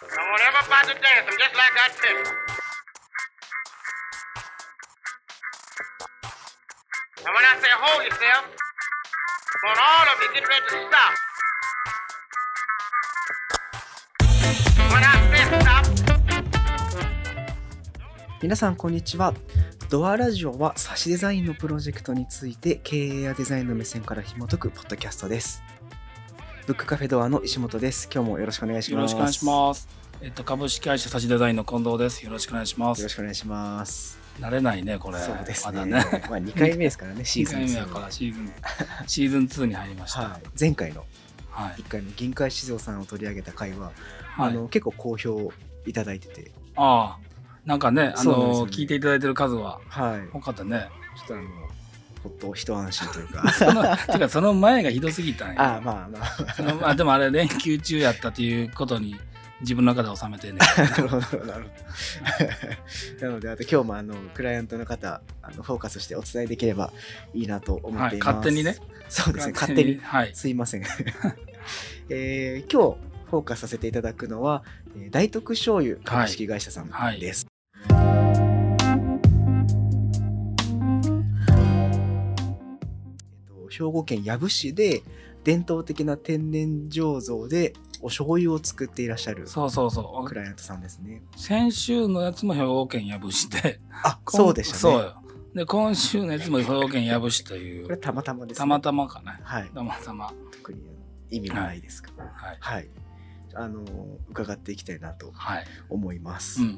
I want everybody to dance them just like I tell you. And when I say hold yourself, I want all of you to get ready to stop. When I say stop. 皆さんこんにちは。ドアラジオはサシデザインのプロジェクトについて経営やデザインの目線から紐解くポッドキャストです。ブックカフェドアの石本です。今日もよろしくお願いします。 よろしくお願いします。株式会社サシデザインの近藤です。よろしくお願いします。 よろしくお願いします。 慣れないねこれ。 そうですね。 まだね。 まあ2回目ですからねシーズン2。 2回目やからシーズン2に入りました。 はい、前回の 1 回の銀海酒造さんを取り上げた回は、 はい、 結構好評いただいてて。 ああ、なんかね、聞いていただいてる数は多かったね。 ちょっとほっと一安心というかその前がひどすぎたんや。 まあでもあれ連休中やったということに自分の中で収めてね。 なるほどなのであと今日もクライアントの方フォーカスしてお伝えできればいいなと思っています。 勝手にね。 そうですね、勝手に、 はい、 すいません今日フォーカスさせていただくのは大徳醤油株式会社さんです。兵庫県養父市で伝統的な天然醸造でお醤油を作っていらっしゃるクライアントさんですね。 先週のやつも兵庫県養父市で、 そうでしたね。 そうよ。で今週のやつも兵庫県養父市という。 これたまたまですね。 たまたまかね。 はい。 たまたま。 特に意味がないですか。 はい。 はい。伺っていきたいなと思います。 はい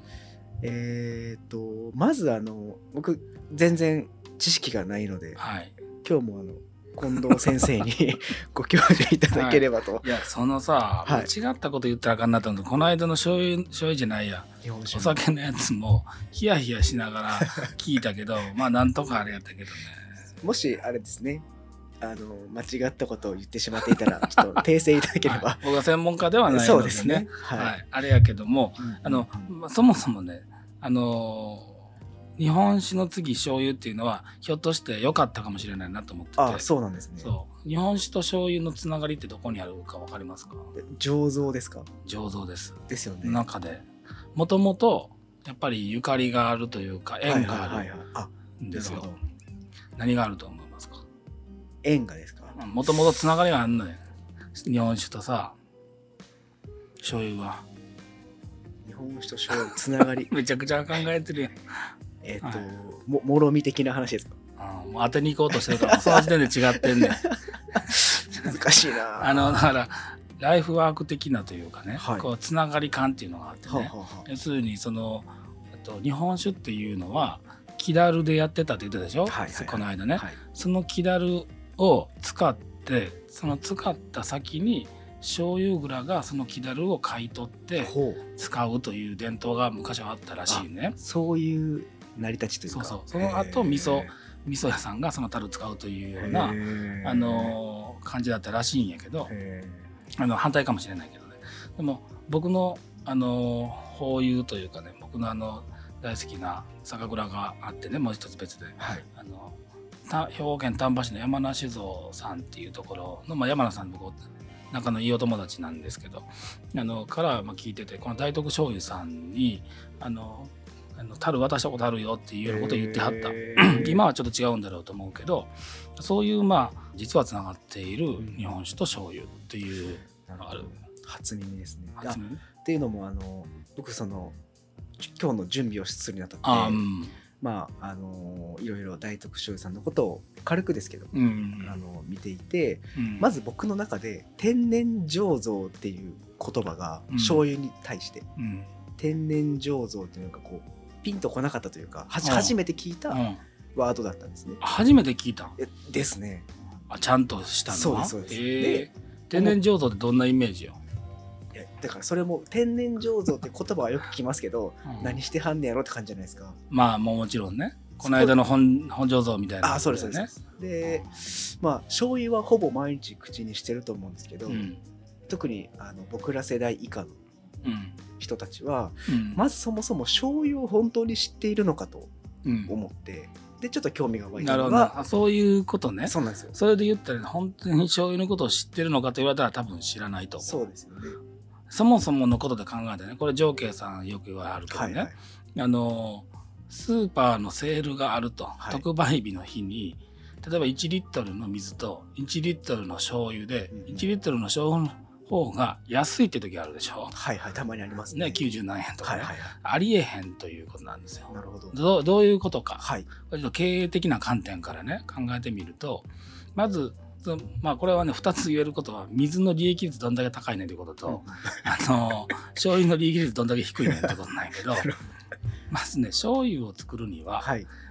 まず僕全然知識がないので、 はい、 今日も近藤先生にご教授いただければと。 いやそのさ、間違ったこと言ったらあかんなと思って、この間の醤油じゃないや、お酒のやつもヒヤヒヤしながら聞いたけどまあなんとかあれやったけどね。 もしあれですね、間違ったことを言ってしまっていたらちょっと訂正いただければ、 はい、僕は専門家ではないのでね。 そうですね、 はい、あれやけども、そもそもね日本酒の次醤油っていうのはひょっとして良かったかもしれないなと思ってて。 そうなんですね。 そう日本酒と醤油のつながりってどこにあるか分かりますか？ 醸造ですか？ 醸造です。 ですよね。 中でもともとやっぱりゆかりがあるというか縁があるんですよ。何があると思いますか？ 縁がですか？ もともとつながりがあるのよ。日本酒とさ醤油は。 日本酒と醤油つながりめちゃくちゃ考えてるやん。 もろみ的な話ですか？ もう当てに行こうとしてるからその時点で違ってんねん。 難しいな。 だからライフワーク的なというかね、 はい、 こうつながり感っていうのがあってね、要するに日本酒っていうのは木だるでやってたって言ってたでしょ、この間ね、その木だるを使ってその使った先に醤油蔵がその木だるを買い取って使うという伝統が昔はあったらしいね。 そういう成り立ちというか、 その後味噌屋さんがその樽使うというような感じだったらしいんやけど、反対かもしれないけどね。でも僕のホーユーというかね、僕の大好きな酒蔵があってね、もう一つ別で、兵庫県丹波市の山名酒造さんっていうところの、山名さんの僕仲のいいお友達なんですけど、から聞いてて、この大徳醤油さんに樽渡したことあるよっていうようなことを言ってはった。今はちょっと違うんだろうと思うけど、そういう実はつながっている日本酒と醤油っていうのがある。 初耳ですね。っていうのも僕今日の準備をするにあたって、いろいろ大徳醤油さんのことを軽くですけど、見ていて、まず僕の中で天然醸造っていう言葉が醤油に対して、天然醸造っていうのがこうピンとこなかったというか、初めて聞いたワードだったんですね。 初めて聞いたですね。 ちゃんとしたのは。 そうです。で天然醸造ってどんなイメージよ？ だからそれも天然醸造って言葉はよく聞きますけど、何してはんねやろって感じじゃないですか。 もちろんね、この間の本醸造みたいな、 そうですね。で醤油はほぼ毎日口にしてると思うんですけど、特に僕ら世代以下の人たちは、まずそもそも醤油を本当に知っているのかと思って、でちょっと興味が湧いたのが、 そういうことね。 そうなんですよ。 それで言ったら本当に醤油のことを知ってるのかと言われたら多分知らないと思う。 そうですよね。 そもそものことで考えてね、これ上慶さんよく言われるけどね、スーパーのセールがあると、特売日の日に例えば1リットルの水と1リットルの醤油で、1リットルの醤油の方が安いって時あるでしょ。 はいはい、たまにありますね。 90何円とかね、ありえへんということなんですよ。 なるほど。 どういうことか、これちょっと経営的な観点からね考えてみると、まずこれはね2つ言えることは、水の利益率どんだけ高いねんということと、醤油の利益率どんだけ低いねんってことなんやけどまずね、醤油を作るには、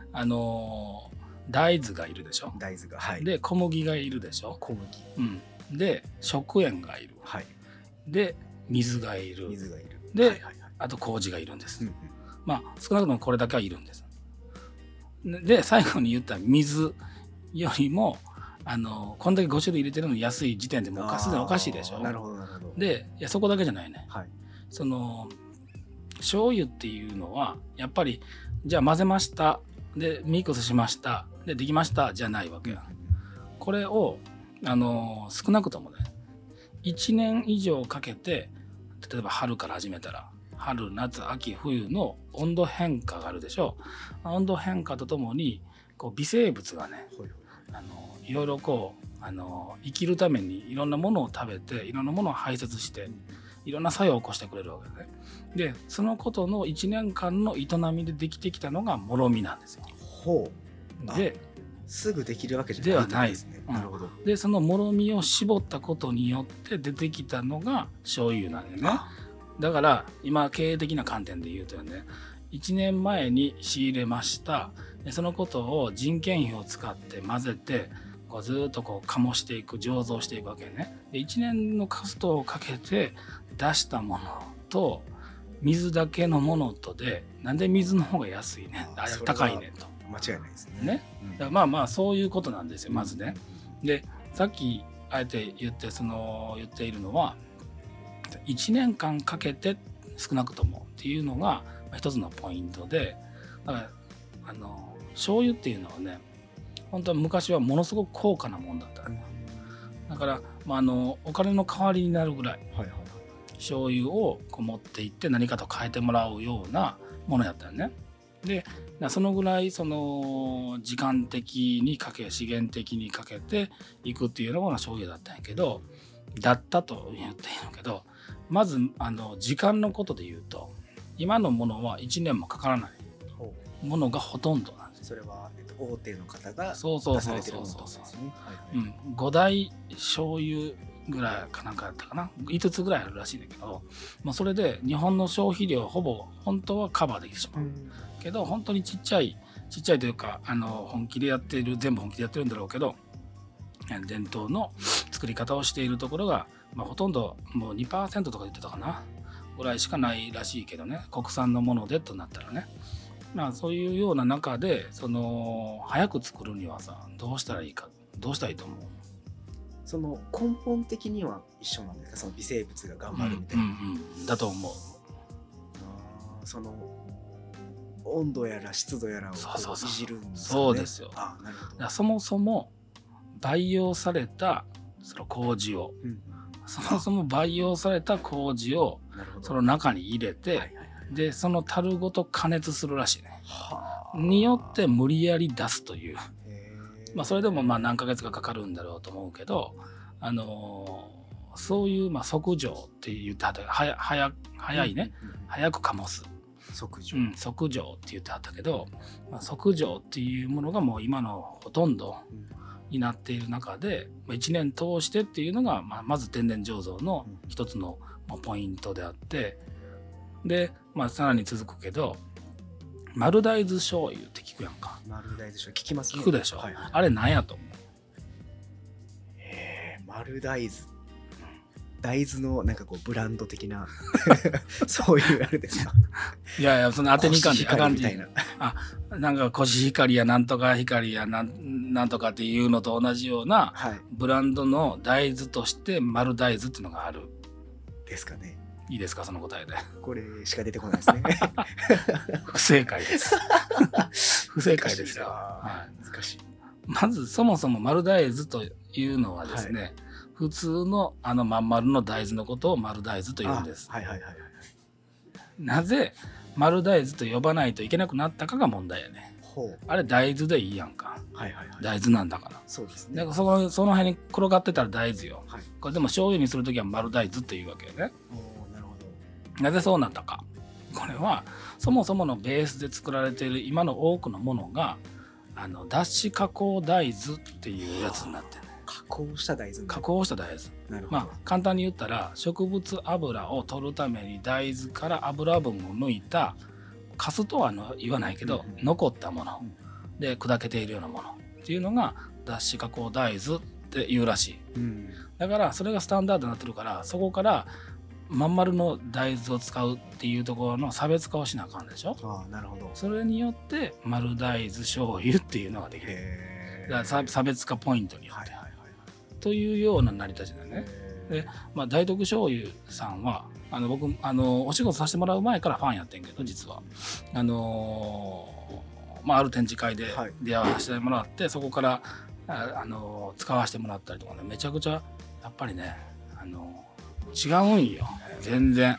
大豆がいるでしょ。 大豆が、 で小麦がいるでしょ。 小麦、 で食塩がいる、で水がいる、で、あと麹がいるんです。少なくともこれだけはいるんです。で最後に言った水よりもこんだけ5種類入れてるのに安い時点でもうすでにおかしいでしょ。 なるほどなるほど。 でそこだけじゃないね、その醤油っていうのはやっぱりじゃあ混ぜました、でミックスしました、でできましたじゃないわけや。これを少なくともね1年以上かけて、例えば春から始めたら春夏秋冬の温度変化があるでしょう。温度変化とともに微生物がね、いろいろ生きるためにいろんなものを食べて、いろんなものを排泄して、いろんな作用を起こしてくれるわけでね。でそのことの1年間の営みでできてきたのがもろみなんですよ。 ですぐできるわけじゃないですね。なるほど。 でそのもろみを絞ったことによって出てきたのが醤油なんだよね。だから今経営的な観点で言うとね、1年前に仕入れました。でそのことを人件費を使って混ぜてずっと醸していく、醸造していくわけね。で1年のコストをかけて出したものと水だけのものとで、なんで水の方が安いね、高いねと。 間違いないですね。 だからそういうことなんですよ、まずね。でさっきあえて言っているのは、1年間かけて少なくともっていうのが一つのポイントで、だから醤油っていうのはね、本当は昔はものすごく高価なもんだった、だから、お金の代わりになるぐらい、醤油を持っていって何かと変えてもらうようなものやったよね。でそのぐらい時間的にかけ、資源的にかけていくっていうような醤油だったんやけど、だったと言っているけど、まず時間のことで言うと、今のものは1年もかからないものがほとんどなんです。 それは、大手の方が出されてるものですね。 5大醤油ぐらいかなんかやったかな、5つぐらいあるらしいんだけど、それで日本の消費量ほぼ本当はカバーできてしまう、けど本当にちっちゃいというか本気でやっている、全部本気でやってるんだろうけど、伝統の作り方をしているところが、ほとんどもう 2% とか言ってたかなぐらいしかないらしいけどね、国産のものでとなったらね、そういうような中で早く作るにはさ、どうしたらいいか、どうしたらいいと思う？ その根本的には一緒なんですか？その微生物が頑張るみたいな、 だと思う。 その温度やら湿度やらをいじるんですかね。 そうですよ。 なるほど。 そもそも培養されたその麹を、そもそも培養された麹をその中に入れて、でその樽ごと加熱するらしいね。によって無理やり出すという。それでも何ヶ月かかかるんだろうと思うけど、そういう即醸って言ってはった、早いね、早く醸す即醸、 即醸って言ってはったけど、即醸っていうものがもう今のほとんどになっている中で、1年通してっていうのが、まず天然醸造の一つのポイントであって、で、さらに続くけど、丸大豆醤油って聞くやんか。 丸大豆醤油聞きますね。 聞くでしょ。あれ何やと思う？ 丸大豆。大豆のブランド的なそういうあれですか？ いやその当てにいかんであかんで、なんかコシヒカリやなんとか光やなんとかっていうのと同じようなブランドの大豆として丸大豆っていうのがあるですかね。 いいですか、その答えで。 これしか出てこないですね。 不正解です。不正解ですよ。 難しい。 まずそもそも丸大豆というのはですね、 普通のまん丸の大豆のことを丸大豆と言うんです。なぜ丸大豆と呼ばないといけなくなったかが問題やね。あれ大豆でいいやんか、大豆なんだから。 そうですね。 だからその辺に転がってたら大豆よ、これでも醤油にするときは丸大豆っていうわけよね。 なるほど。 なぜそうなったか、これはそもそものベースで作られている今の多くのものが脱脂加工大豆っていうやつになってる。 加工した大豆。 加工した大豆。 なるほど。 簡単に言ったら植物油を取るために大豆から油分を抜いた、カスとは言わないけど、残ったもので砕けているようなものっていうのが脱脂加工大豆っていうらしい、だからそれがスタンダードになってるから、そこからまん丸の大豆を使うっていうところの差別化をしなあかんでしょ。 なるほど。 それによって丸大豆醤油っていうのができる。だから差別化ポイントによって、というような成り立ちだね。で、大徳醤油さんは僕お仕事させてもらう前からファンやってんけど、実はある展示会で出会わせてもらって、そこから使わせてもらったりとかね、めちゃくちゃやっぱりね違うんよ全然。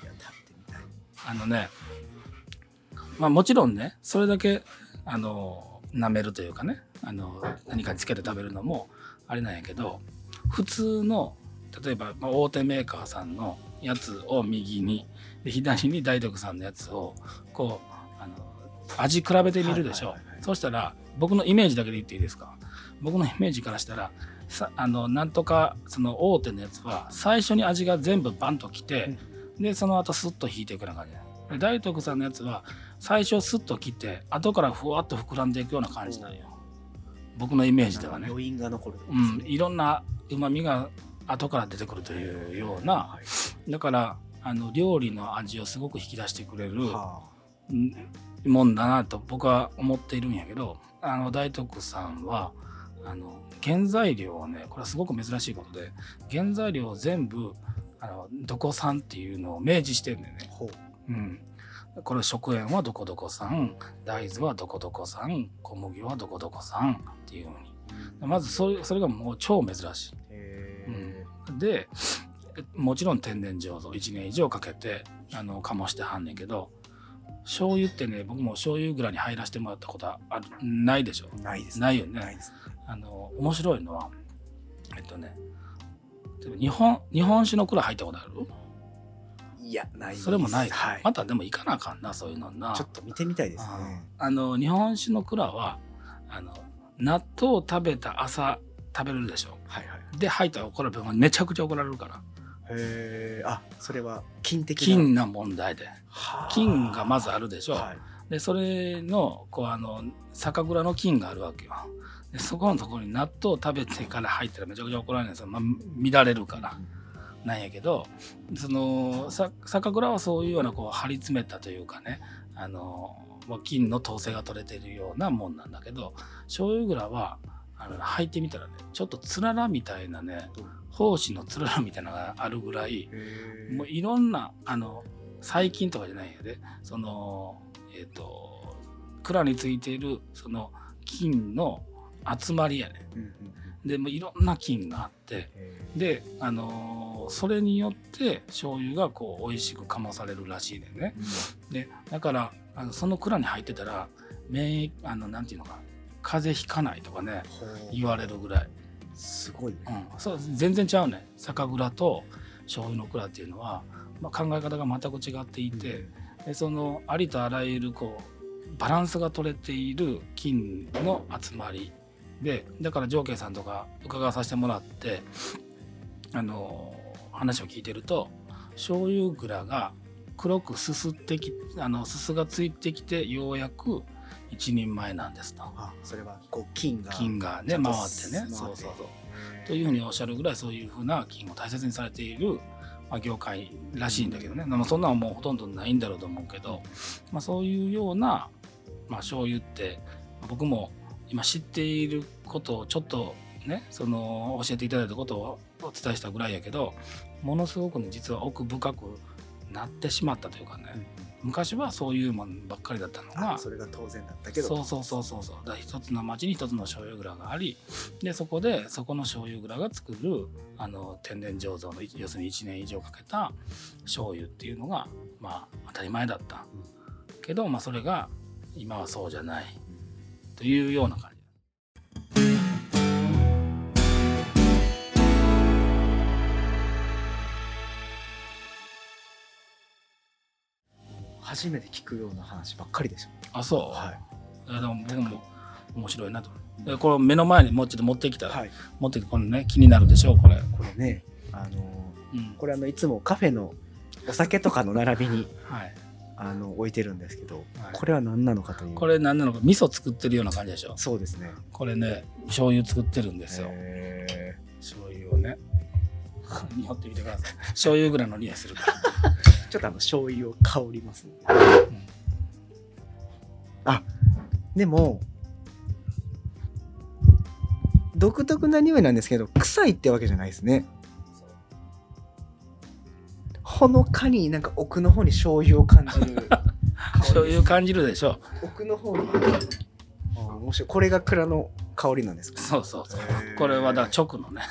もちろんね、それだけ舐めるというかね、何かにつけて食べるのもあれなんやけど、普通の例えば大手メーカーさんのやつを右にで左に大徳さんのやつをこう味比べてみるでしょ。そうしたら僕のイメージだけで言っていいですか。僕のイメージからしたらなんとかその大手のやつは最初に味が全部バンときて、でその後スッと引いていくような感じで、大徳さんのやつは最初スッときて後からふわっと膨らんでいくような感じなんよ、僕のイメージではね。 余韻が残る、 いろんな旨味が後から出てくるというような、だから料理の味をすごく引き出してくれるもんだなと僕は思っているんやけど、大徳さんは原材料をね、これはすごく珍しいことで、原材料を全部どこ産っていうのを明示してるんだよね。これ食塩はどこどこ産、大豆はどこどこ産、小麦はどこどこ産っていうふうに、まずそれがもう超珍しい。でもちろん天然醸造1年以上かけて醸してはんねんけど、醤油ってね、僕も醤油蔵に入らせてもらったことはないでしょ。 ないです、 ないよね。 ないです。 面白いのは日本酒の蔵入ったことある？ いや、ないです。 それもない。またでも行かなあかんな、そういうのな。 ちょっと見てみたいですね。 日本酒の蔵は納豆を食べた朝食べるでしょ。で入ったら怒られる、めちゃくちゃ怒られるから。 それは菌な問題で、菌がまずあるでしょ。でそれの酒蔵の菌があるわけよ。でそこのところに納豆を食べてから入ったらめちゃくちゃ怒られるんですよ。乱れるからなんやけど、その酒蔵はそういうような張り詰めたというかね、菌の統制が取れているようなもんなんだけど、醤油蔵は入ってみたらね、ちょっとつららみたいなね、胞子のつららみたいなのがあるぐらい、もういろんな細菌とかじゃないやで、その蔵についているその菌の集まりやね。でもういろんな菌があって、でそれによって醤油が美味しく醸されるらしいね。でだからその蔵に入ってたら免疫なんていうのか、風邪ひかないとかね言われるぐらいすごいね。 そう全然違うね。酒蔵と醤油の蔵っていうのは、考え方が全く違っていて、でそのありとあらゆるバランスが取れている菌の集まりで、だから常慶さんとか伺わさせてもらって話を聞いてると、醤油蔵が黒くすすってきすすがついてきてようやく一人前なんですと。 それは菌がね回ってね、そうというふうにおっしゃるぐらい、そういうふうな菌を大切にされている、業界らしいんだけどね。そんなのもうほとんどないんだろうと思うけど、そういうような、醤油って僕も今知っていることをちょっとね、教えていただいたことをお伝えしたぐらいやけど、ものすごくね実は奥深くなってしまったというかね、昔はそういうもんばっかりだったのが、 それが当然だったけど、 そうだから一つの町に一つの醤油蔵があり、でそこの醤油蔵が作る天然醸造の要するに1年以上かけた醤油っていうのがまあ当たり前だった、けど、まあ、それが今はそうじゃないというような感じ。 初めて聞くような話ばっかりですよ。 あ、そう。 はい。 でも僕も面白いなと。でこれ目の前にもうちょっと持ってきたら、はい、持ってきてこのね気になるでしょうこれ。 これね、これいつもカフェのお酒とかの並びに、はい、置いてるんですけど、はい、これは何なのかという。 これ何なのか、味噌作ってるような感じでしょ。 そうですね。 これね醤油作ってるんですよ。醤油をね匂ってみてください。醤油ぐらいの匂いするから。 ちょっと醤油を香ります、ね。あ、でも独特な匂いなんですけど臭いってわけじゃないですね。ほのかになんか奥の方に醤油を感じる。 醤油感じるでしょ。 奥の方に。もしこれが蔵の香りなんですか。 そうこれはだから直のね。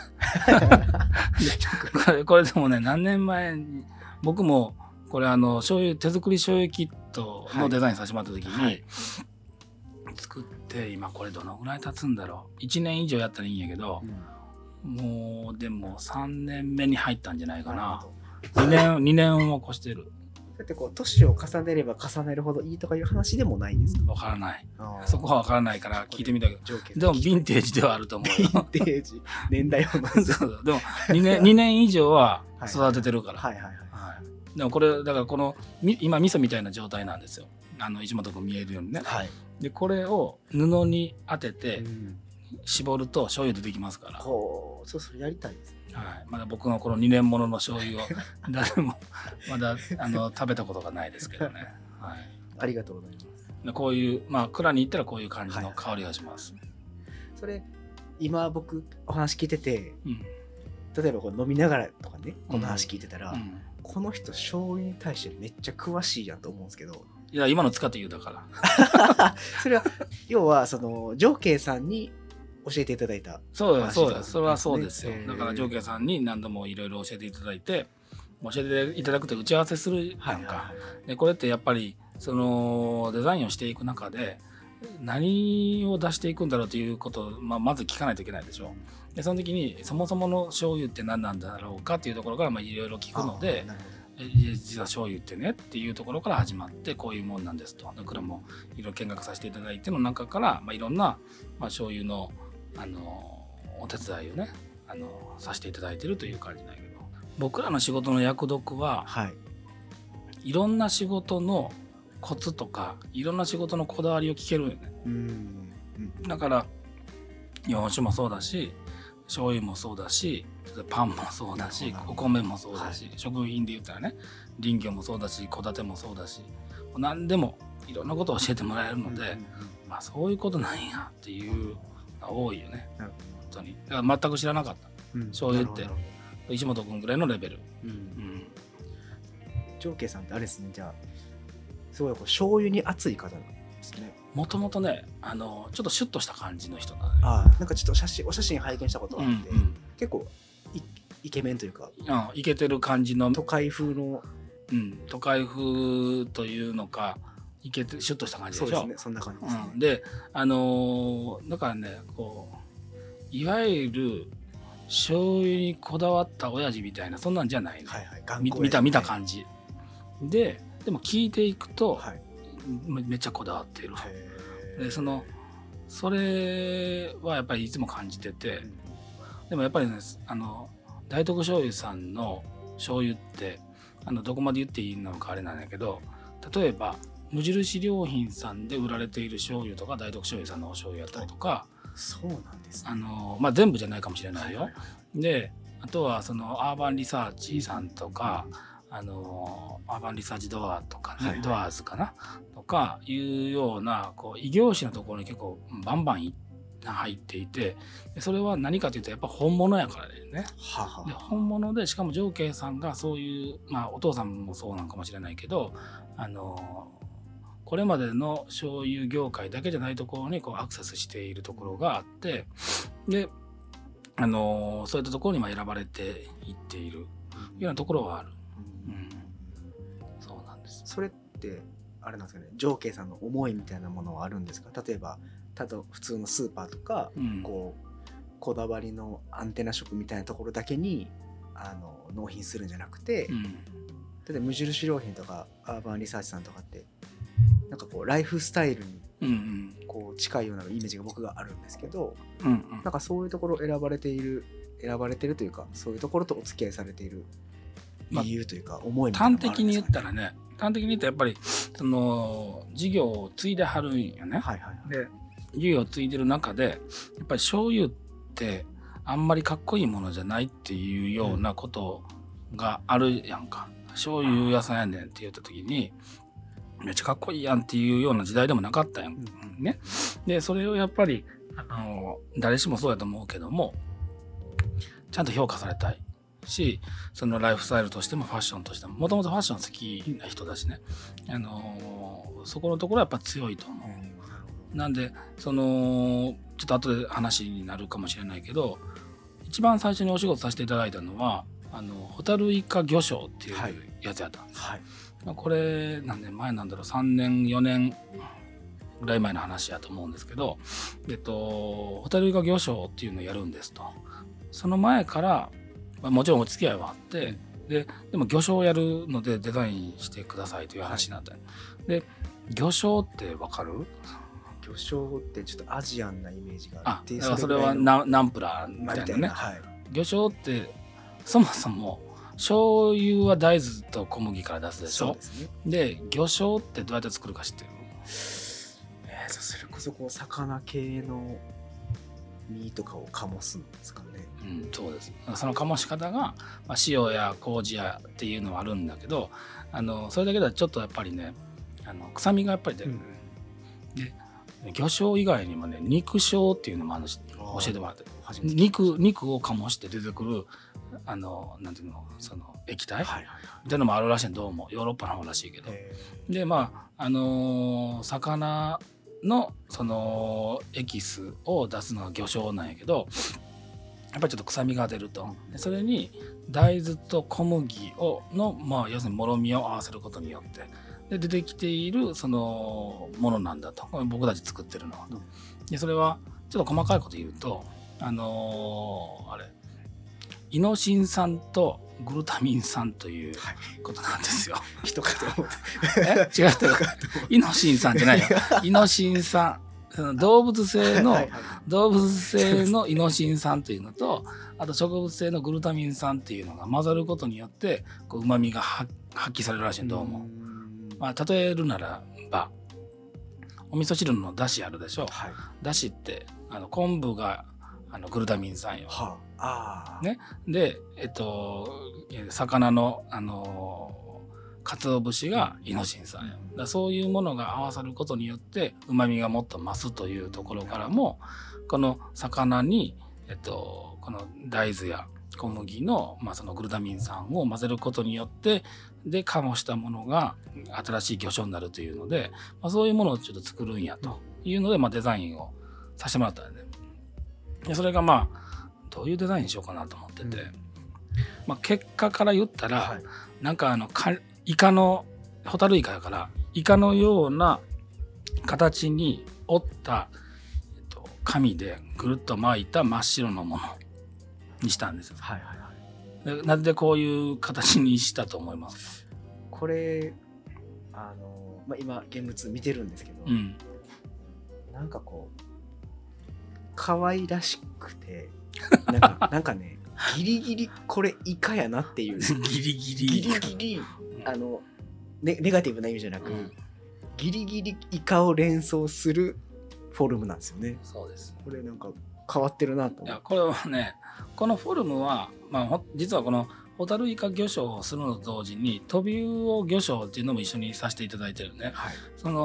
これでもね何年前に僕もこれ醤油手作り醤油キットのデザインさせてもらった時に、作って今これどのぐらい経つんだろう。1年以上やったらいいんやけど、もうでも3年目に入ったんじゃないかな。2年を越してる。 だって年を重ねれば重ねるほどいいとかいう話でもないんですか。 わからない。そこはわからないから聞いてみたけど、でもヴィンテージではあると思うよ。 ヴィンテージ年代をそうでも2年以上は育ててるから。でもこれだから今味噌みたいな状態なんですよ。石本君見えるようにね。でこれを布に当てて絞ると醤油出てきますから。 それやりたいですね。 まだ僕のこの2年ものの醤油を誰もまだ食べたことがないですけどね。 ありがとうございます。 こういう蔵に行ったらこういう感じの香りがします。 それ今僕お話聞いてて、例えば飲みながらとかねこの話聞いてたら、この人醤油に対してめっちゃ詳しいやんと思うんですけど。 いや今の使って言うだから。 それは要は常慶さんに教えていただいた。 そうです。それはそうですよ。だから常慶さんに何度もいろいろ教えていただいて、教えていただくと打ち合わせするなんか。でこれってやっぱりデザインをしていく中で何を出していくんだろうということを、まず聞かないといけないでしょ。でその時にそもそもの醤油って何なんだろうかっていうところからいろいろ聞くので、実は醤油ってねっていうところから始まってこういうもんなんですと。だからもいろいろ見学させていただいての中からいろんな醤油のお手伝いをねさせていただいてるという感じだけど、僕らの仕事の役読は、いろんな仕事のコツとかいろんな仕事のこだわりを聞けるよね。だから日本酒もそうだし醤油もそうだしパンもそうだしお米もそうだし、食品で言ったらね林業もそうだし戸建てもそうだし何でもいろんなことを教えてもらえるので、そういうことなんやっていう多いよね。本当にだから全く知らなかった、醤油って石本君ぐらいのレベル。 常慶さんってあれですね。じゃあすごい醤油に熱い方なんですね。 もともとねちょっとシュッとした感じの人なんなんかちょっとお写真拝見したことがあって、結構イケメンというか、 イケてる感じの都会風の、 都会風というのかイケてシュッとした感じでしょ。 そうですね、そんな感じですね。 でだからねいわゆる醤油にこだわった親父みたいなそんなんじゃないの、見た感じでも聞いていくと、めっちゃこだわっている。でそれはやっぱりいつも感じてて、でもやっぱりね大徳醤油さんの醤油ってどこまで言っていいのかあれなんだけど、例えば無印良品さんで売られている醤油とか大徳醤油さんのお醤油やったりとか、 そうなんですね。 全部じゃないかもしれないよ。であとはアーバンリサーチさんとか、アーバンリサーチドアとかね、ドアーズかなとかいうような異業種のところに結構バンバン入っていて、それは何かというとやっぱ本物やからね。で本物でしかも丈慶さんがそういう、お父さんもそうなんかもしれないけどこれまでの醤油業界だけじゃないところにこうアクセスしているところがあって、でそういったところに選ばれていっているようなところはある。そうなんです。 それってあれなんですかね、丈慶さんの思いみたいなものはあるんですか？例えば普通のスーパーとか、こだわりのアンテナショップみたいなところだけに納品するんじゃなくて、例えば無印良品とかアーバンリサーチさんとかってなんかこうライフスタイルにこう近いようなイメージが僕があるんですけど、なんかそういうところ選ばれてるというか、そういうところとお付き合いされている理由というか思いみたいなのがあるんですかね。 端的に言ったらね、端的に言ったらやっぱりその事業を継いではるんよね。で事業を継いでる中でやっぱり醤油ってあんまりかっこいいものじゃないっていうようなことがあるやんか。醤油屋さんやねんって言った時にめっちゃかっこいいやんっていうような時代でもなかったやん、ね。でそれをやっぱり誰しもそうやと思うけども、ちゃんと評価されたいし、そのライフスタイルとしてもファッションとしても、もともとファッション好きな人だしね、そこのところはやっぱ強いと思う。なんでちょっと後で話になるかもしれないけど、一番最初にお仕事させていただいたのはホタルイカ魚賞っていうやつやったんです、これ何年前なんだろう、3年4年ぐらい前の話やと思うんですけど、ホタルイカ魚賞っていうのをやるんですと。その前からもちろんお付き合いはあって、でも魚賞をやるのでデザインしてくださいという話になった。で魚賞ってわかる？ 魚醤ってちょっとアジアンなイメージがあって、 だからそれはナンプラーみたいなね。魚醤ってそもそも醤油は大豆と小麦から出すでしょ。そうですね。で魚醤ってどうやって作るか知ってる？ それこそこう魚系の身とかを醸すんですかね。 そうです。その醸し方が、塩や麹やっていうのはあるんだけど、それだけではちょっとやっぱりね臭みがやっぱり出る。で魚醤以外にもね肉醤っていうのも教えてもらって、肉を醸して出てくるなんていうの、その液体みたいなのもあるらしい。どうもヨーロッパの方らしいけど、で魚のそのエキスを出すのは魚醤なんやけど、やっぱりちょっと臭みが出ると。それに大豆と小麦の要するにもろみを合わせることによってで出てきているそのものなんだと、僕たち作ってるのは。でそれはちょっと細かいこと言うとイノシン酸とグルタミン酸ということなんですよ。 人かと思って違うイノシン酸じゃないよ。イノシン酸、動物性のイノシン酸というのと、あと植物性のグルタミン酸っていうのが混ざることによって旨味が発揮されるらしい。どうも例えるならばお味噌汁のだしあるでしょ。だしって昆布がグルタミン酸よ。ね、で魚の鰹節がイノシン酸よ。だそういうものが合わさることによって旨味がもっと増すというところからも、この魚にこの大豆や小麦の、そのグルタミン酸を混ぜることによってで醸したものが新しい魚醤になるというので、そういうものをちょっと作るんやというので、デザインをさせてもらったんで、でそれがどういうデザインにしようかなと思ってて、結果から言ったら、なんかイカのホタルイカだからイカのような形に折った、紙でぐるっと巻いた真っ白のものにしたんですよ。でなぜこういう形にしたと思いますか？ これ今現物見てるんですけど、なんかこう可愛らしくてなんかねギリギリこれイカやなっていうギリギリネガティブな意味じゃなく、ギリギリイカを連想するフォルムなんですよね。 そうです。 これなんか変わってるなと思って。 いやこれはね、このフォルムは、実はこのホタルイカ魚醤をするのと同時にトビウオ魚醤っていうのも一緒にさせていただいてるね。その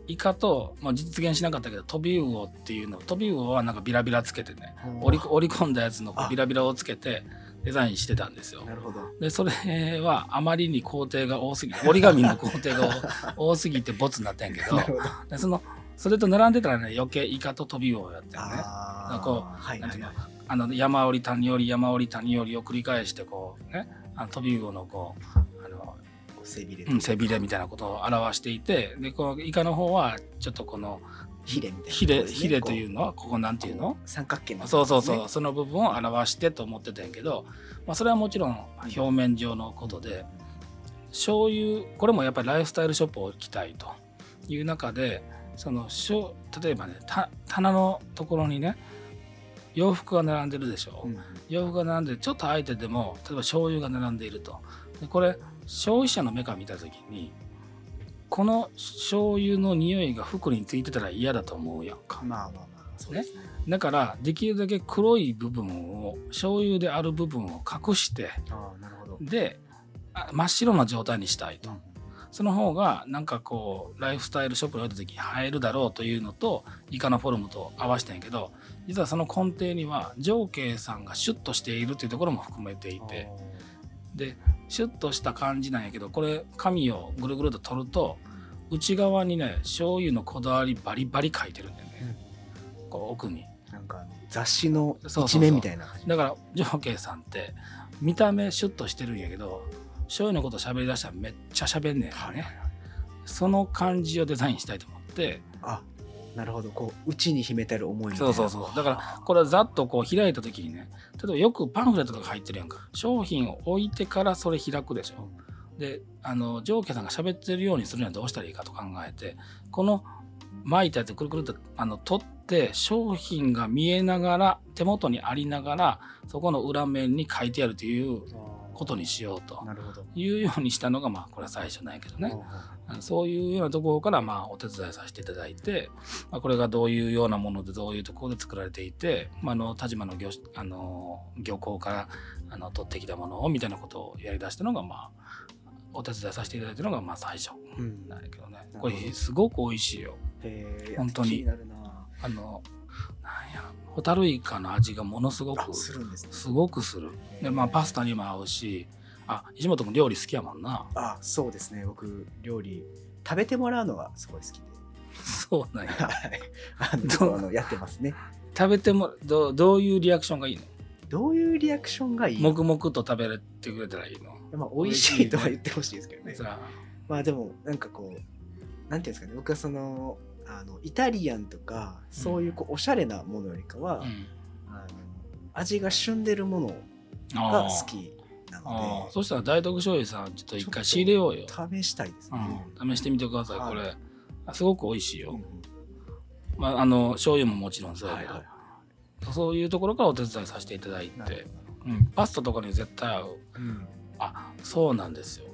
イカと、まあ、実現しなかったけどトビウオっていうの、トビウオはなんかビラビラつけてね、織り込んだやつのビラビラをつけてデザインしてたんですよ。 なるほど。 でそれはあまりに工程が多すぎて、折り紙の工程が多すぎてボツになったんやけどでそれと並んでたらね、余計イカとトビウオやったよね。こう、なんていうの、山折り谷折り山折り谷折りを繰り返してこうね、トビウオのこう背びれみたいなことを表していて、でこのイカの方はちょっとこのヒレみたいな、 ヒレというのはここなんていうの、 三角形の、 そうその部分を表してと思ってたんやけど、まあ、それはもちろん表面上のことで、醤油これもやっぱりライフスタイルショップを置きたいという中で、例えばね、棚のところにね洋服が並んでるでしょ、洋服が並んでちょっと空いてても、例えば醤油が並んでいると。でこれ消費者の目から見た時に、この醤油の匂いが服についてたら嫌だと思うやんか。 そうですね。 だからできるだけ黒い部分を、醤油である部分を隠して、 なるほど。 で真っ白な状態にしたいと。その方がなんかこうライフスタイルショップに置いた時に映えるだろうというのと、イカのフォルムと合わせたんやけど、実はその根底には情景さんがシュッとしているというところも含めていて、でシュッとした感じなんやけど、これ紙をぐるぐると取ると内側にね、醤油のこだわりバリバリ書いてるんだよね、こう奥に。 なんか雑誌の一面みたいな。 だから情景さんって見た目シュッとしてるんやけど、醤油のこと喋り出したらめっちゃ喋んねんね、その感じをデザインしたいと思って。 なるほど。こう内に秘めてる思いみたいな。 そうだからこれざっとこう開いた時にね、例えばよくパンフレットとか入ってるやんか、商品を置いてからそれ開くでしょ。でジさんが喋ってるようにするにはどうしたらいいかと考えて、この巻いたやつくるくるっと取って商品が見えながら、手元にありながらそこの裏面に書いてあるということにしようというようにしたのが、まあこれは最初なんやけどね。そういうようなところからまあお手伝いさせていただいて、これがどういうようなものでどういうところで作られていて、田島の漁港から取ってきたものをみたいなことをやりだしたのが、まあお手伝いさせていただいたのがまあ最初なんだけどね。これすごく美味しいよ。本当に。なんやホタルイカの味がものすごくすごくする。でパスタにも合うし。石本君料理好きやもんな。 そうですね。僕料理食べてもらうのがすごい好きで。 そうなんや。 やってますね。 食べてもどういうリアクションがいいの？ どういうリアクションがいい？ 黙々と食べてくれたらいいの？ 美味しいとは言ってほしいですけどね。でもなんかこうなんていうんですかね。僕はイタリアンとかそういうおしゃれなものよりかは、味が旬でるものが好き。 そしたら大徳醤油さんちょっと一回仕入れようよ。 試したいですね。 試してみてください。これすごく美味しいよ。醤油ももちろんそうだけど、そういうところからお手伝いさせていただいて、パスタとかに絶対合う。そうなんですよ。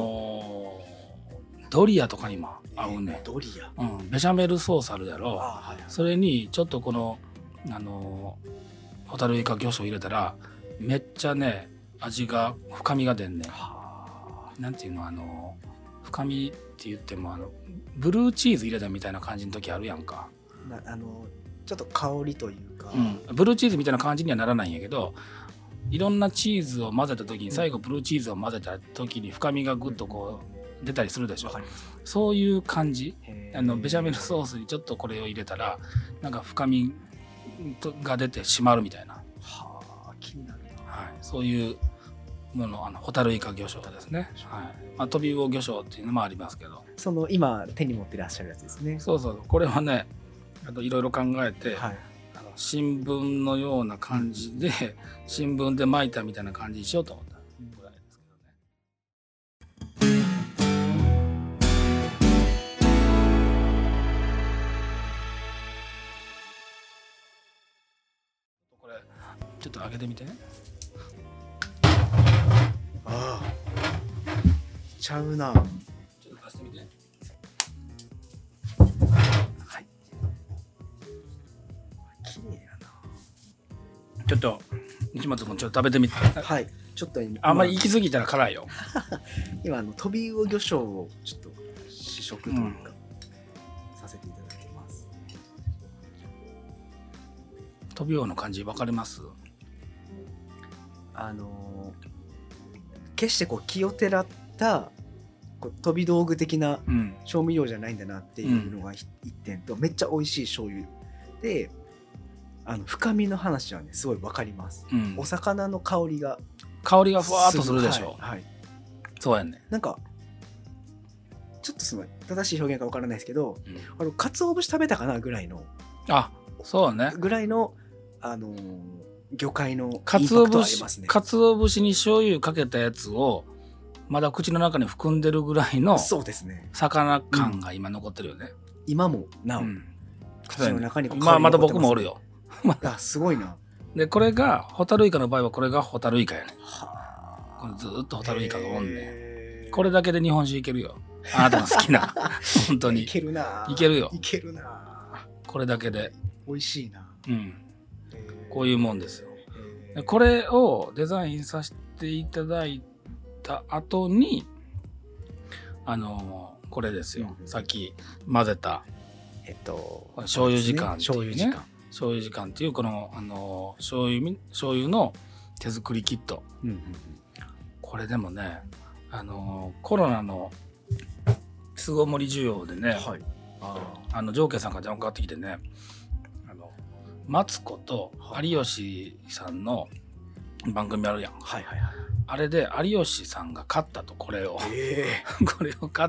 ドリアとかにも合うね。 ドリア。 ベシャメルソースあるやろ。それにちょっとこのホタルイカ魚醤入れたらめっちゃね味が深みが出んね。なんていうの深みって言ってもブルーチーズ入れたみたいな感じの時あるやんか。 ちょっと香りというか、 ブルーチーズみたいな感じにはならないんやけど、いろんなチーズを混ぜた時に最後ブルーチーズを混ぜた時に深みがぐっとこう出たりするでしょ。そういう感じ。ベシャメルソースにちょっとこれを入れたらなんか深みが出て締まるみたいな。 気になるな。そういうものホタルイカ魚醤ですね。トビウオ魚醤っていうのもありますけど、 今手に持ってらっしゃるやつですね。 これはねいろいろ考えて、新聞のような感じで新聞で巻いたみたいな感じにしようと思ったぐらいですけどね。これちょっと開けてみて。 ちゃうな。 ちょっと出してみて。 綺麗やな。 ちょっと西本君ちょっと食べてみて。 ちょっとあんまり行き過ぎたら辛いよ。 今トビウオ魚醤をちょっと試食というか、させていただいてます。 飛び魚の感じ分かります？ 決してこう気をてらったこう飛び道具的な調味料じゃないんだなっていうのが一点と、めっちゃ美味しい醤油で、深みの話はねすごい分かります、お魚の香りがふわーっとするでしょ。 はい、 そうやね。 なんかちょっと正しい表現か分からないですけど、鰹節食べたかなぐらいの、 そうね、 ぐらいの魚介のインパクトありますね。 鰹節に醤油かけたやつをまだ口の中に含んでるぐらいの魚感が今残ってるよね。 今もなお、口の中にまだ僕もおるよ。 すごいな。 でこれがホタルイカの場合はこれがホタルイカやね。これずっとホタルイカがおんね。これだけで日本酒いけるよ。あなたの好きな本当にいけるな。 いけるよ。 いけるな。 これだけで美味しいな。 こういうもんですよ。これをデザインさせていただいた後にこれですよ、さっき混ぜた醤油時間っていうね、醤油時間っていうこの醤油の手作りキット、これでもねコロナの巣ごもり需要でね、上家さんから電話かかってきてね、マツコと有吉さんの番組あるやん、あれで有吉さんが買ったと、これをこれを買って、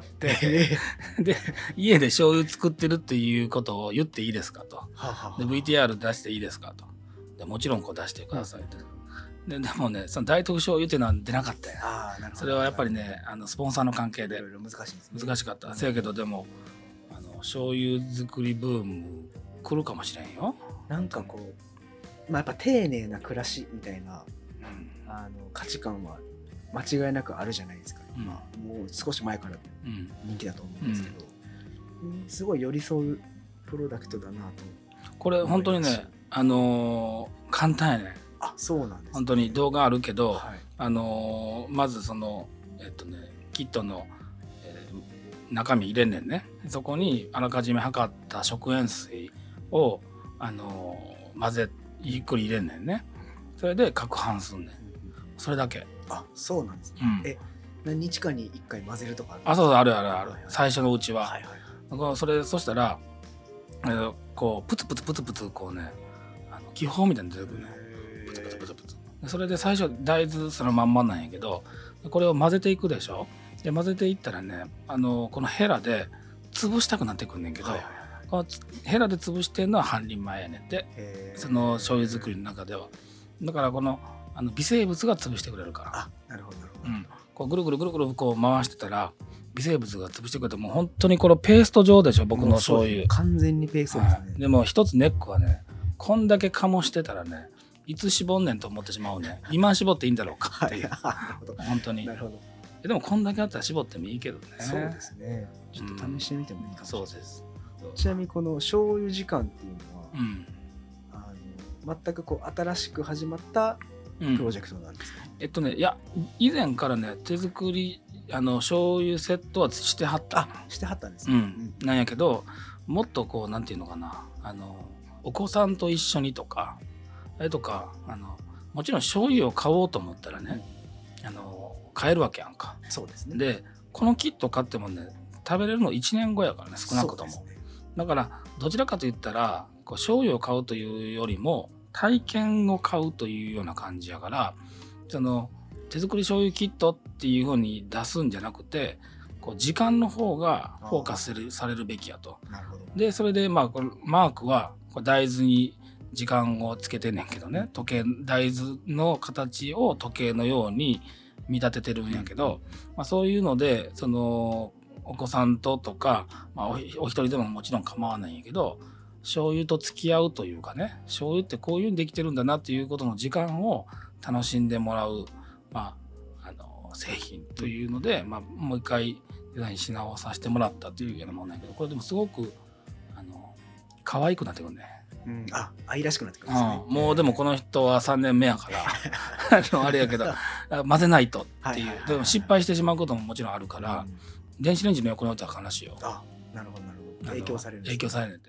で家で醤油作ってるっていうことを言っていいですかと、で VTR 出していいですかと、でもちろんこう出してくださいと、でもねその大徳醤油っていうのは出なかったよ。それはやっぱりねスポンサーの関係で難しかった。せやけどでも醤油作りブーム来るかもしれんよ。 なんかこう、やっぱ丁寧な暮らしみたいな、価値観は間違いなくあるじゃないですか、もう少し前から人気だと思うんですけど、すごい寄り添うプロダクトだなと。 これ本当にね簡単やね。 そうなんです、ね、 本当に動画あるけど、まずそのキットの、中身入れんねんね。そこにあらかじめ測った食塩水を混ぜゆっくり入れんねんね。それで攪拌すんねん。それだけ。 そうなんですね。何日かに1回混ぜるとかある？そうある最初のうちは。そしたらこうプツプツこうね気泡みたいに出てくるね。プツプツ。それで最初大豆そのまんまなんやけど、これを混ぜていくでしょ。で混ぜていったらねこのヘラで潰したくなってくんねんけど、このヘラで潰してんのは半人前やねんってその醤油作りの中では。だからこの微生物が潰してくれるから。 なるほど。 こうぐるぐるこう回してたら微生物が潰してくれて、もう本当にこのペースト状でしょ僕の醤油。 完全にペーストですね。 でも一つネックはね、こんだけ醸してたらねいつ絞んねんと思ってしまうね。今絞っていいんだろうかっていう。本当に。なるほど。でもこんだけあったら絞ってもいいけどね。 そうですね。ちょっと試してみてもいいかもしれない。 そうです。 ちなみにこの醤油時間っていうのは、全くこう新しく始まったプロジェクトなんですか？ いや以前からね手作り醤油セットはしてはった。 してはったんですね。 なんやけどもっとこうなんていうのかなお子さんと一緒にとかあれとかもちろん醤油を買おうと思ったらね買えるわけやんか。 そうですね。 でこのキット買ってもね食べれるの1年後やからね少なくとも。だからどちらかと言ったらこう醤油を買うというよりも体験を買うというような感じやから、その手作り醤油キットっていう風に出すんじゃなくてこう時間の方がフォーカスされるべきやと。 なるほど。 でそれでこれマークはこれ大豆に時間をつけてんねんけどね、大豆の形を時計のように見立ててるんやけど、そういうのでそのお子さんとか、お一人でももちろん構わないんやけど、醤油と付き合うというかね、醤油ってこういう風にできてるんだなっていうことの時間を楽しんでもらう、製品というので、もう一回デザインし直させてもらったというようなものなんやけど、これでもすごく可愛くなってくるね。 愛らしくなってくるんですね。 もうでもこの人は3年目やからあれやけど混ぜないとっていう、でも失敗してしまうことももちろんあるから、 電子レンジの横に置いた話よ。 あ、なるほどなるほど。影響されるんですね。 影響されるんで。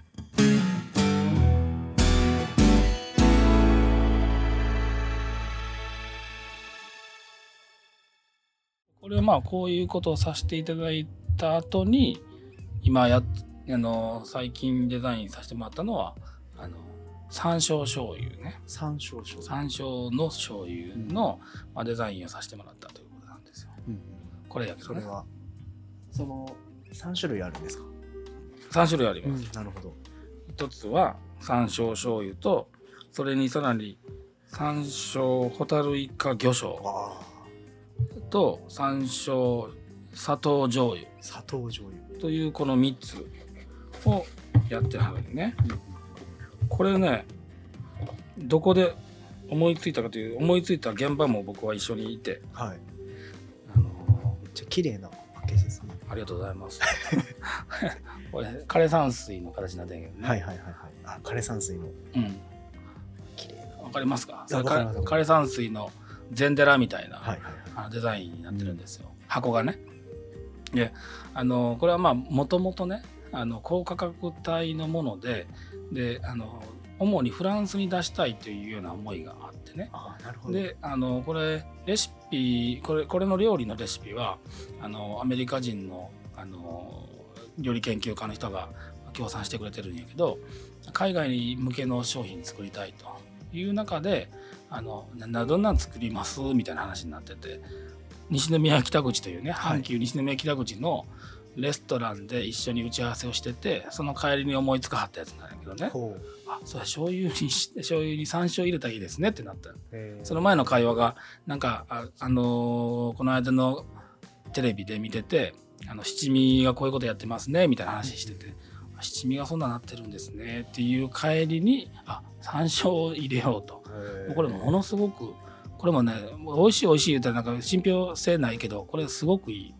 これはまあこういうことをさせていただいた後に今最近デザインさせてもらったのは山椒醤油ね。 山椒醤油。 山椒の醤油の、デザインをさせてもらったということなんですよ。これやけどね。 それはその3種類あるんですか ？3種類あります。 なるほど。 一つは山椒醤油と、それにさらに山椒ホタルイカ魚醤と山椒砂糖醤油というこの3つをやってはるね。これね、どこで思いついたかという、思いついた現場も僕は一緒にいて、 はい、めっちゃ綺麗なパッケージですね。 ありがとうございます。これ枯山水の形になってんけどね。 はいはいはいはい。あ、枯山水の。綺麗な。 わかりますか？枯山水の禅寺みたいな、デザインになってるんですよ。箱がね。で、これはまあもともとね、高価格帯のもので、主にフランスに出したいというような思いがあってね。 なるほど。 で、これレシピ、これの料理のレシピはアメリカ人の料理研究家の人が協賛してくれてるんやけど、海外向けの商品作りたいという中でどんなん作りますみたいな話になってて、西宮北口というね、阪急西宮北口のレストランで一緒に打ち合わせをしてて、その帰りに思いつかはったやつなんやけどね。それ醤油に山椒入れたらいいですねってなった。その前の会話がなんかこの間のテレビで見てて、七味がこういうことやってますねみたいな話してて、七味がそんななってるんですねっていう帰りに山椒を入れようと。これものすごく、これもね、美味しい言ったらなんか信憑性ないけど、これすごくいい。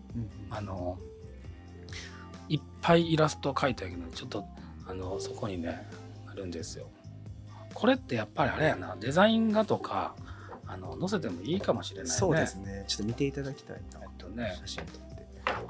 いっぱいイラスト描いたけど、ちょっとそこにねあるんですよ。これってやっぱりあれやな、デザイン画とか載せてもいいかもしれないね。 そうですね。ちょっと見ていただきたいな。写真撮って。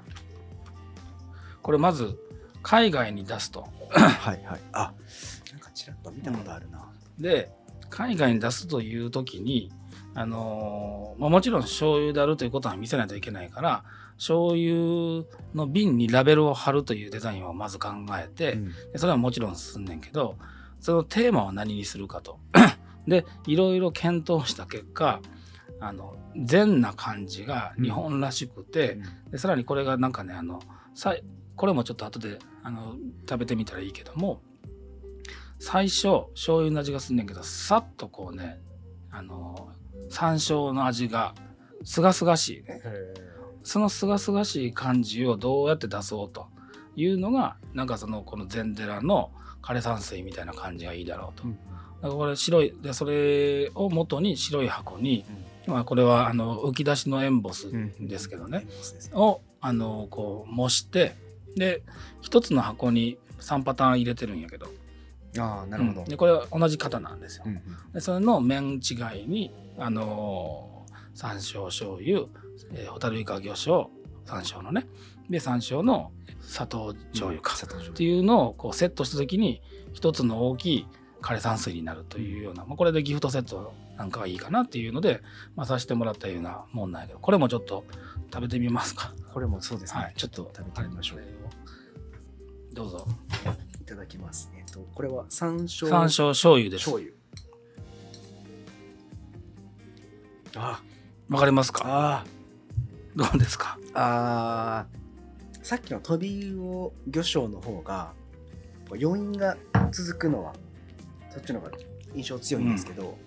これまず海外に出すと。 はいはい。なんかちらっと見たことあるな。 で、海外に出すという時にもちろん醤油であるということは見せないといけないから、醤油の瓶にラベルを貼るというデザインをまず考えて、それはもちろん進んねんけど、そのテーマは何にするかと。で、いろいろ検討した結果、禅な感じが日本らしくて、でさらにこれがなんかね、これもちょっと後で食べてみたらいいけども、最初醤油の味がすんねんけど、さっとこうね、山椒の味がすがすがしいね。そのすがすがしい感じをどうやって出そうというのが、なんかこの禅寺の枯山水みたいな感じがいいだろうと。だからこれ白いで、それを元に白い箱に、これは浮き出しのエンボスですけどね、をこう模して、で一つの箱に3パターン入れてるんやけど。 なるほど。 でこれは同じ型なんですよ。でそれの面違いに山椒醤油、ホタルイカ魚醤、山椒のね、で山椒の砂糖醤油かっていうのをこうセットした時に一つの大きい枯山水になるというような、これでギフトセットなんかがいいかなっていうので、させてもらったようなもんなんやけど、これもちょっと食べてみますか。 これもそうですね。ちょっと食べてみましょう。 どうぞ。 いただきます。これは山椒醤油です。わかりますか？どうですか？ さっきのトビウオ魚醤の方が余韻が続くのはそっちの方が印象強いんですけど、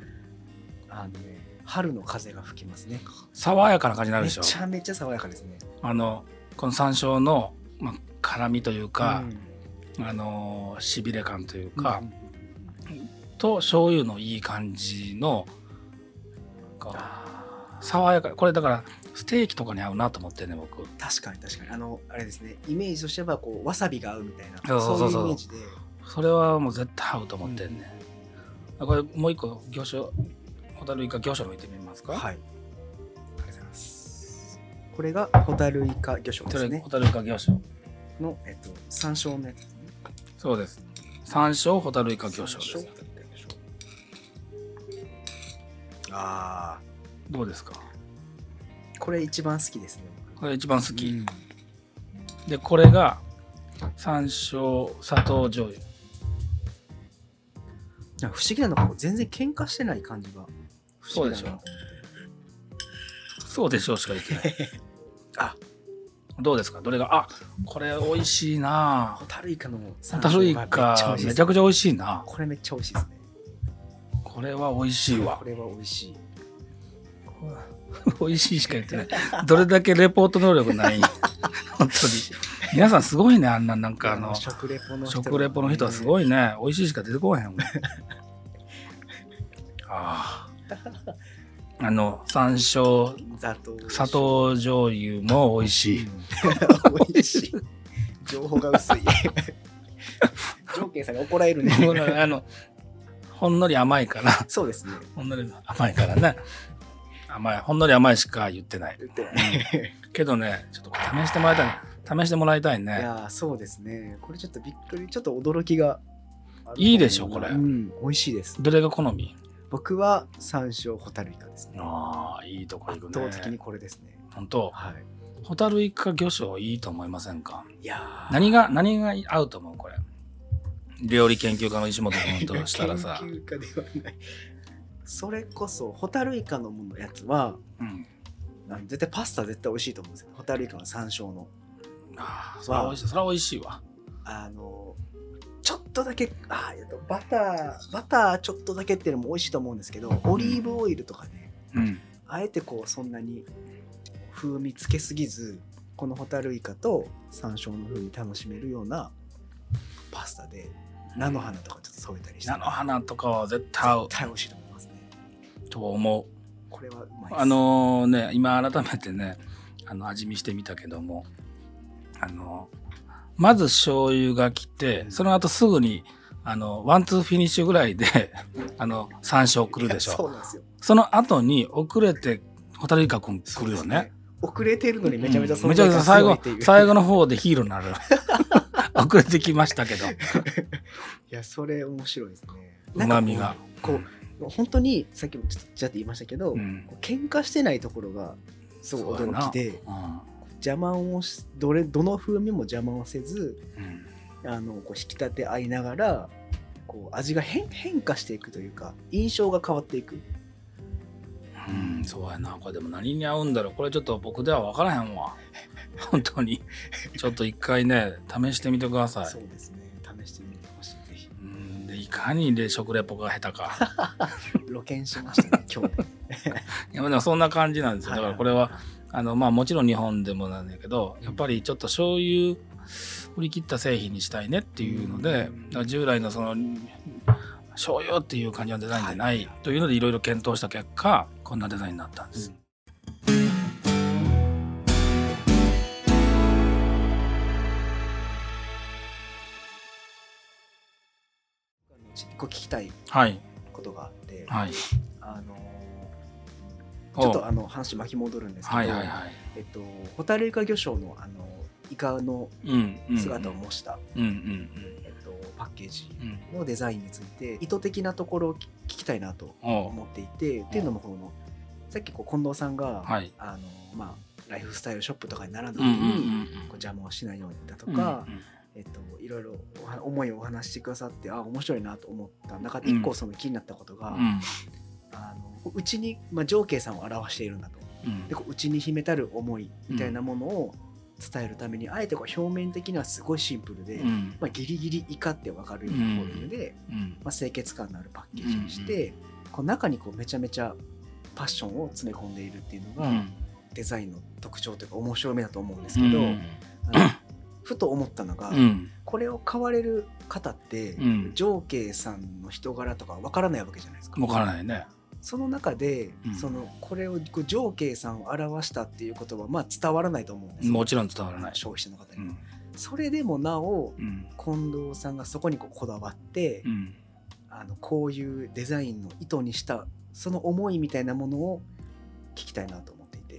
春の風が吹きますね。 爽やかな感じになるでしょ。 めちゃめちゃ爽やかですね。 この山椒の、辛みというか、しびれ感というか、と醤油のいい感じの爽やか。これだからステーキとかに合うなと思ってね、僕。 確かにあれですね、イメージとしてはわさびが合うみたいな、そういうイメージで、 それはもう絶対合うと思ってんね。これもう一個魚醤、ホタルイカ魚醤の置いてみますか。 はい、ありがとうございます。 これがホタルイカ魚醤ですね。 ホタルイカ魚醤の、山椒のやつですね。 そうです。山椒ホタルイカ魚醤です。 ああ、 どうですか？ これ一番好きですね。 これ一番好き。でこれが山椒砂糖醤油。 不思議なのが全然喧嘩してない感じが。 そうでしょ。そうでしょうしか言ってない。 あ、 どうですか？どれが？あ、これ美味しいな。 ホタルイカのホタルイカめちゃくちゃ美味しいな。 これめっちゃ美味しいですね。 これは美味しいわ。 これは美味しい。 美味しいしか言ってない。どれだけレポート能力ない。本当に。皆さんすごいね。あんななんか食レポの人はすごいね。美味しいしか出てこへんもん。ああ。山椒砂糖醤油も美味しい。 美味しい。情報が薄い。条件さんが怒られるね。 ほんのり甘いから。 そうですね。 ほんのり甘いからね。ほんのり甘いしか言ってない。けどね、ちょっと試してもらいたい。試してもらいたいね。 いや、そうですね。これちょっとびっくり、ちょっと驚きがある。 いいでしょこれ。 うん、美味しいです。 どれが好み？ 僕は山椒ホタルイカですね。 ああ、いいとこ行くね。 圧倒的にこれですね。 本当。 はい。 ホタルイカ魚醤いいと思いませんか？ いや何が合うと思うこれ。料理研究家の石本君としたらさ。 研究家ではない。それこそホタルイカのものやつは、絶対パスタ絶対美味しいと思うんですよ。ホタルイカの山椒の。 ああ、それは美味しいわ。 ちょっとだけバターちょっとだけっていうのも美味しいと思うんですけど、オリーブオイルとかね、あえてこうそんなに風味つけすぎず、このホタルイカと山椒の風味楽しめるようなパスタで菜の花とかちょっと添えたりして、 菜の花とかは絶対美味しいと思いますね。 と思う。 これはうまいです。 今改めてね味見してみたけどもまず醤油が来て、その後すぐにワンツーフィニッシュぐらいで山椒来るでしょ。 そうなんですよ。 その後に遅れてホタルイカ君来るよね。 遅れてるのにめちゃめちゃめちゃめちゃ最後の方でヒーローになる。遅れてきましたけど。いや、それ面白いですね。 旨味がこう本当にさっきもちょっとちらっと言いましたけど、喧嘩してないところがすごい驚きで、邪魔をどの風味も邪魔をせず、こう引き立て合いながらこう味が変化していくというか、印象が変わっていく。 そうやな。これでも何に合うんだろう。これちょっと僕では分からへんわ。本当にちょっと一回ね試してみてください。 そうですね。試してみてほしい。ぜひ。 でいかに食レポが下手か。 露見しましたね今日で。 いやでもそんな感じなんですよ。だからこれはもちろん日本でもなんだけど、やっぱりちょっと醤油振り切った製品にしたいねっていうので、従来のその醤油っていう感じのデザインじゃないというのでいろいろ検討した結果こんなデザインになったんです。 一個聞きたいことがあって、ちょっと話巻き戻るんですけど、ホタルイカ魚醤のイカの姿を模したパッケージのデザインについて意図的なところを聞きたいなと思っていて、っていうのもさっき近藤さんがライフスタイルショップとかに並んだ時に邪魔をしないようにだとか、いろいろ思いをお話してくださって面白いなと思った中で一個その気になったことが、うちに情景さんを表しているんだと、でうちに秘めたる思いみたいなものを伝えるためにあえて表面的にはすごいシンプルで、ギリギリイカって分かるようなフォルムで、清潔感のあるパッケージにして、中にめちゃめちゃパッションを詰め込んでいるっていうのが、デザインの特徴というか面白みだと思うんですけど、ふと思ったのが、これを買われる方って、情景さんの人柄とか分からないわけじゃないですか。 分からないね。 その中で、これを情景さんを表したっていう言葉は伝わらないと思うんですよ。 もちろん伝わらない。 消費者の方に、それでもなお、近藤さんがそこにこだわって、こういうデザインの意図にしたその思いみたいなものを聞きたいなと思っていて。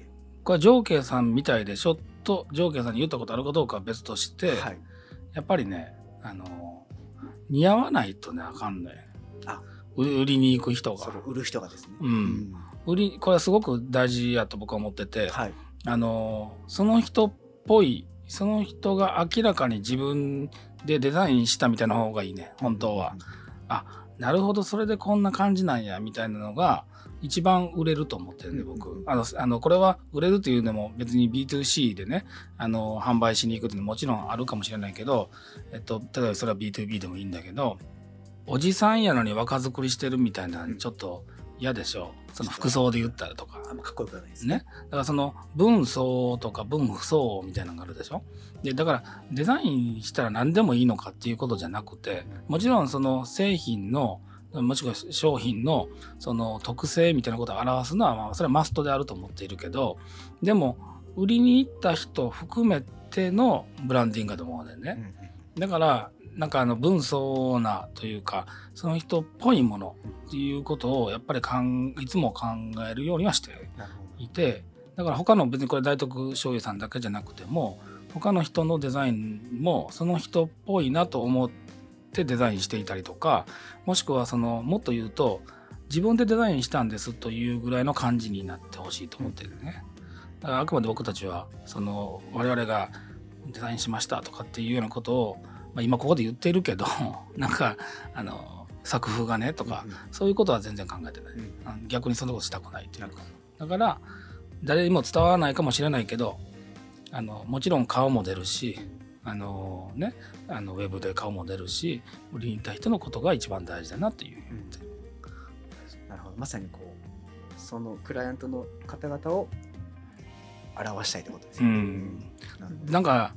これジョーケイさんみたいでしょとジョーケイさんに言ったことあるかどうかは別として、はい、やっぱりね似合わないとねあかんね。売りに行く人が、 売る人がですね、 これはすごく大事やと僕は思ってて、はい、その人っぽい、その人が明らかに自分でデザインしたみたいな方がいいね本当は。なるほど、それでこんな感じなんやみたいなのが一番売れると思ってるんで、僕これは売れるというのも別に B2C でね販売しに行くっていうのももちろんあるかもしれないけど、例えばそれは B2B でもいいんだけど、おじさんやのに若作りしてるみたいなちょっと嫌でしょ、その服装で言ったらとか。 あんまかっこよくないですね。だからその分相とか分不相みたいなのがあるでしょ。でだからデザインしたら何でもいいのかっていうことじゃなくて、もちろんその製品のもしくは商品のその特性みたいなことを表すのはそれはマストであると思っているけど、でも売りに行った人含めてのブランディングだと思うんだよね。だからなんか分相なというかその人っぽいものっていうことをやっぱりいつも考えるようにはしていて、だから他の別にこれ大徳醤油さんだけじゃなくても他の人のデザインもその人っぽいなと思ってデザインしていたりとか、もしくはもっと言うと自分でデザインしたんですというぐらいの感じになってほしいと思ってるね。だからあくまで僕たちは我々がデザインしましたとかっていうようなことを今ここで言っているけどなんか作風がねとか、そういうことは全然考えてない、逆にそんなことしたくないというか、だから誰にも伝わらないかもしれないけどもちろん顔も出るしウェブで顔も出るし売りに行った人のことが一番大事だなっていう、 なるほど、まさにそのクライアントの方々を表したいってことですね。 なんか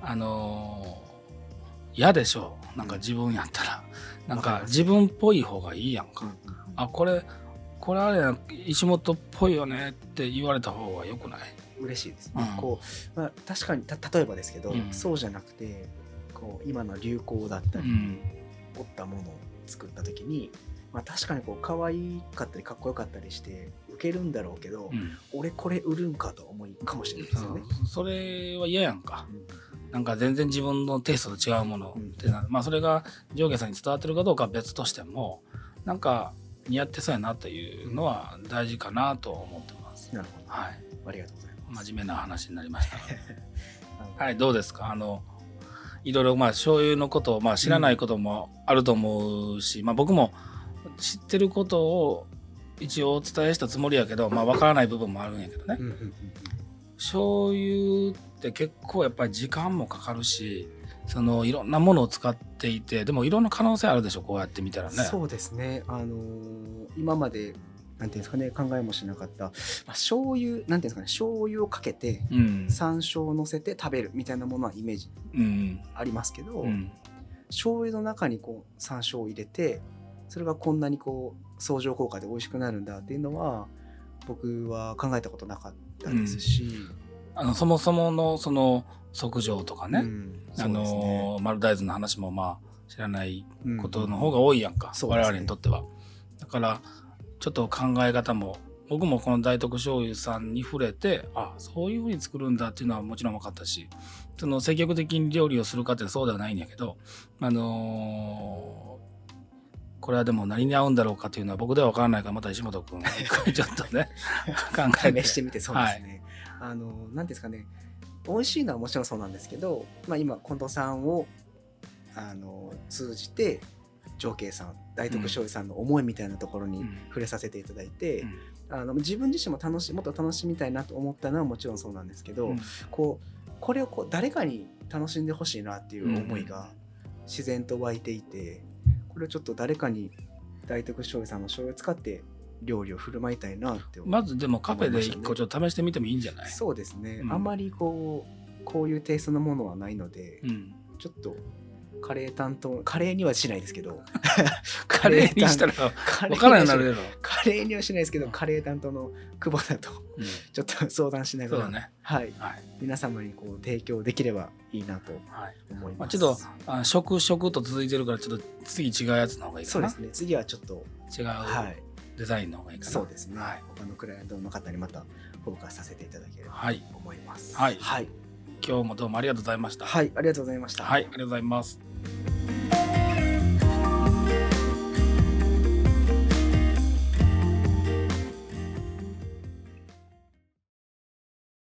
嫌でしょ、なんか自分やったらなんか自分っぽい方がいいやんか、これあれや石本っぽいよねって言われた方がよくない？ 嬉しいですね。確かに例えばですけど、そうじゃなくて今の流行だったり、折ったものを作った時に、確かに可愛かったりかっこよかったりして受けるんだろうけど、俺これ売るんかと思いかもしれないですよね。 それは嫌やんか、なんか全然自分のテイストと違うものってそれが上下さんに伝わってるかどうかは別としても、なんか似合ってそうやなというのは大事かなと思ってます。 なるほど、 はい、 ありがとうございます。 真面目な話になりましたはい、どうですか？いろいろ醤油のことを知らないこともあると思うし、僕も知ってることを一応お伝えしたつもりやけど、分からない部分もあるんやけどね、醤油って結構やっぱり時間もかかるし、いろんなものを使っていて、でもいろんな可能性あるでしょ、こうやって見たらね。 そうですね。今までなんていうんですかね、考えもしなかった、醤油なんていうんですかね、醤油をかけて、山椒を乗せて食べるみたいなものはイメージありますけど、醤油の中に山椒を入れて、それがこんなに相乗効果で美味しくなるんだっていうのは僕は考えたことなかったですし、 そもそもの即上とかね、丸大豆の話も知らないことの方が多いやんか、我々にとっては。だからちょっと考え方も、僕もこの大徳醤油さんに触れて、そういう風に作るんだっていうのはもちろん分かったし、積極的に料理をするかってそうではないんやけど、これはでも何に合うんだろうかというのは僕では分からないから、また石本君一回ちょっとね考えて試してみて。そうですね、なんですかね、美味しいのはもちろんそうなんですけど、今近藤さんを通じて上慶さん、大徳醤油さんの思いみたいなところに触れさせていただいて、自分自身ももっと楽しみたいなと思ったのはもちろんそうなんですけど、これを誰かに楽しんでほしいなっていう思いが自然と湧いていて、これをちょっと誰かに大徳醤油さんの醤油を使って料理を振る舞いたいなって思いましたね。 まずでもカフェで一個ちょっと試してみてもいいんじゃない？ そうですね、あんまりこういうテイストのものはないので、ちょっとカレーにはしないですけどカレーにしたら分からないようになるやろ。 カレーにはしないですけど、カレー担当の久保田とちょっと相談しながら、皆様に提供できればいいなと思います。 ちょっと食と続いてるから、ちょっと次違うやつの方がいいかな。 そうですね、次はちょっと違うデザインの方がいいかな。 そうですね、他のクライアントの方にまたフォーカスさせていただければと思います。 はい、はい、今日もどうもありがとうございました。 はい、ありがとうございました。 はい、ありがとうございます。